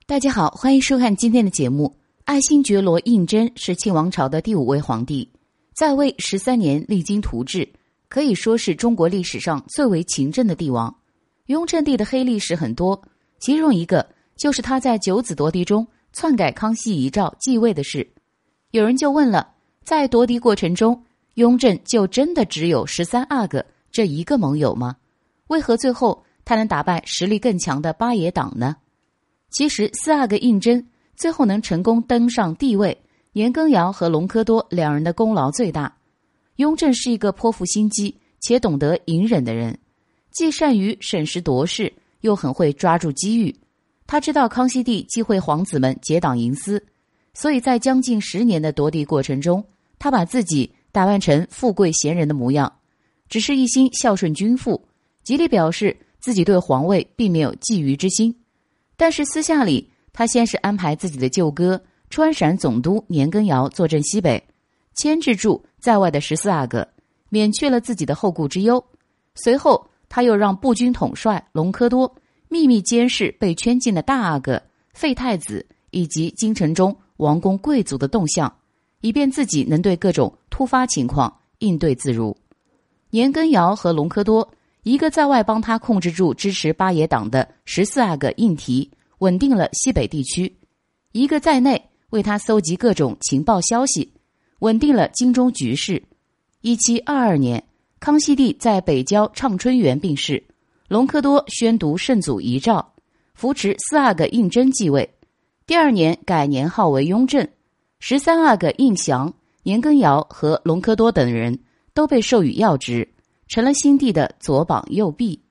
大家好，欢迎收看今天的节目。爱新觉罗胤禛是庆王朝的第5位皇帝，在位13年，励精图治，可以说是中国历史上最为勤政的帝王。雍正帝的黑历史很多，其中一个就是他在九子夺嫡中篡改康熙遗诏继位的事。有人就问了，在夺嫡过程中，雍正就真的只有13阿哥这一个盟友吗？为何最后他能打败实力更强的八爷党呢？其实4阿哥胤禛最后能成功登上帝位，年羹尧和隆科多两人的功劳最大。雍正是一个颇富心机且懂得隐忍的人，既善于审时度势，又很会抓住机遇。他知道康熙帝忌讳皇子们结党营私，所以在将近10年的夺嫡过程中，他把自己打扮成富贵闲人的模样，只是一心孝顺君父，极力表示自己对皇位并没有觊觎之心。但是私下里，他先是安排自己的舅哥川陕总督年羹尧坐镇西北，牵制住在外的14阿哥，免去了自己的后顾之忧。随后他又让步军统帅隆科多秘密监视被圈禁的大阿哥废太子以及京城中王公贵族的动向，以便自己能对各种突发情况应对自如。年羹尧和隆科多，一个在外帮他控制住支持八爷党的14阿哥胤禔，稳定了西北地区；一个在内为他搜集各种情报消息，稳定了京中局势。1722年，康熙帝在北郊畅春园病逝，隆科多宣读圣祖遗诏，扶持4阿哥胤禛继位。第2年改年号为雍正，13阿哥胤祥、年羹尧和隆科多等人都被授予要职，成了新帝的左膀右臂。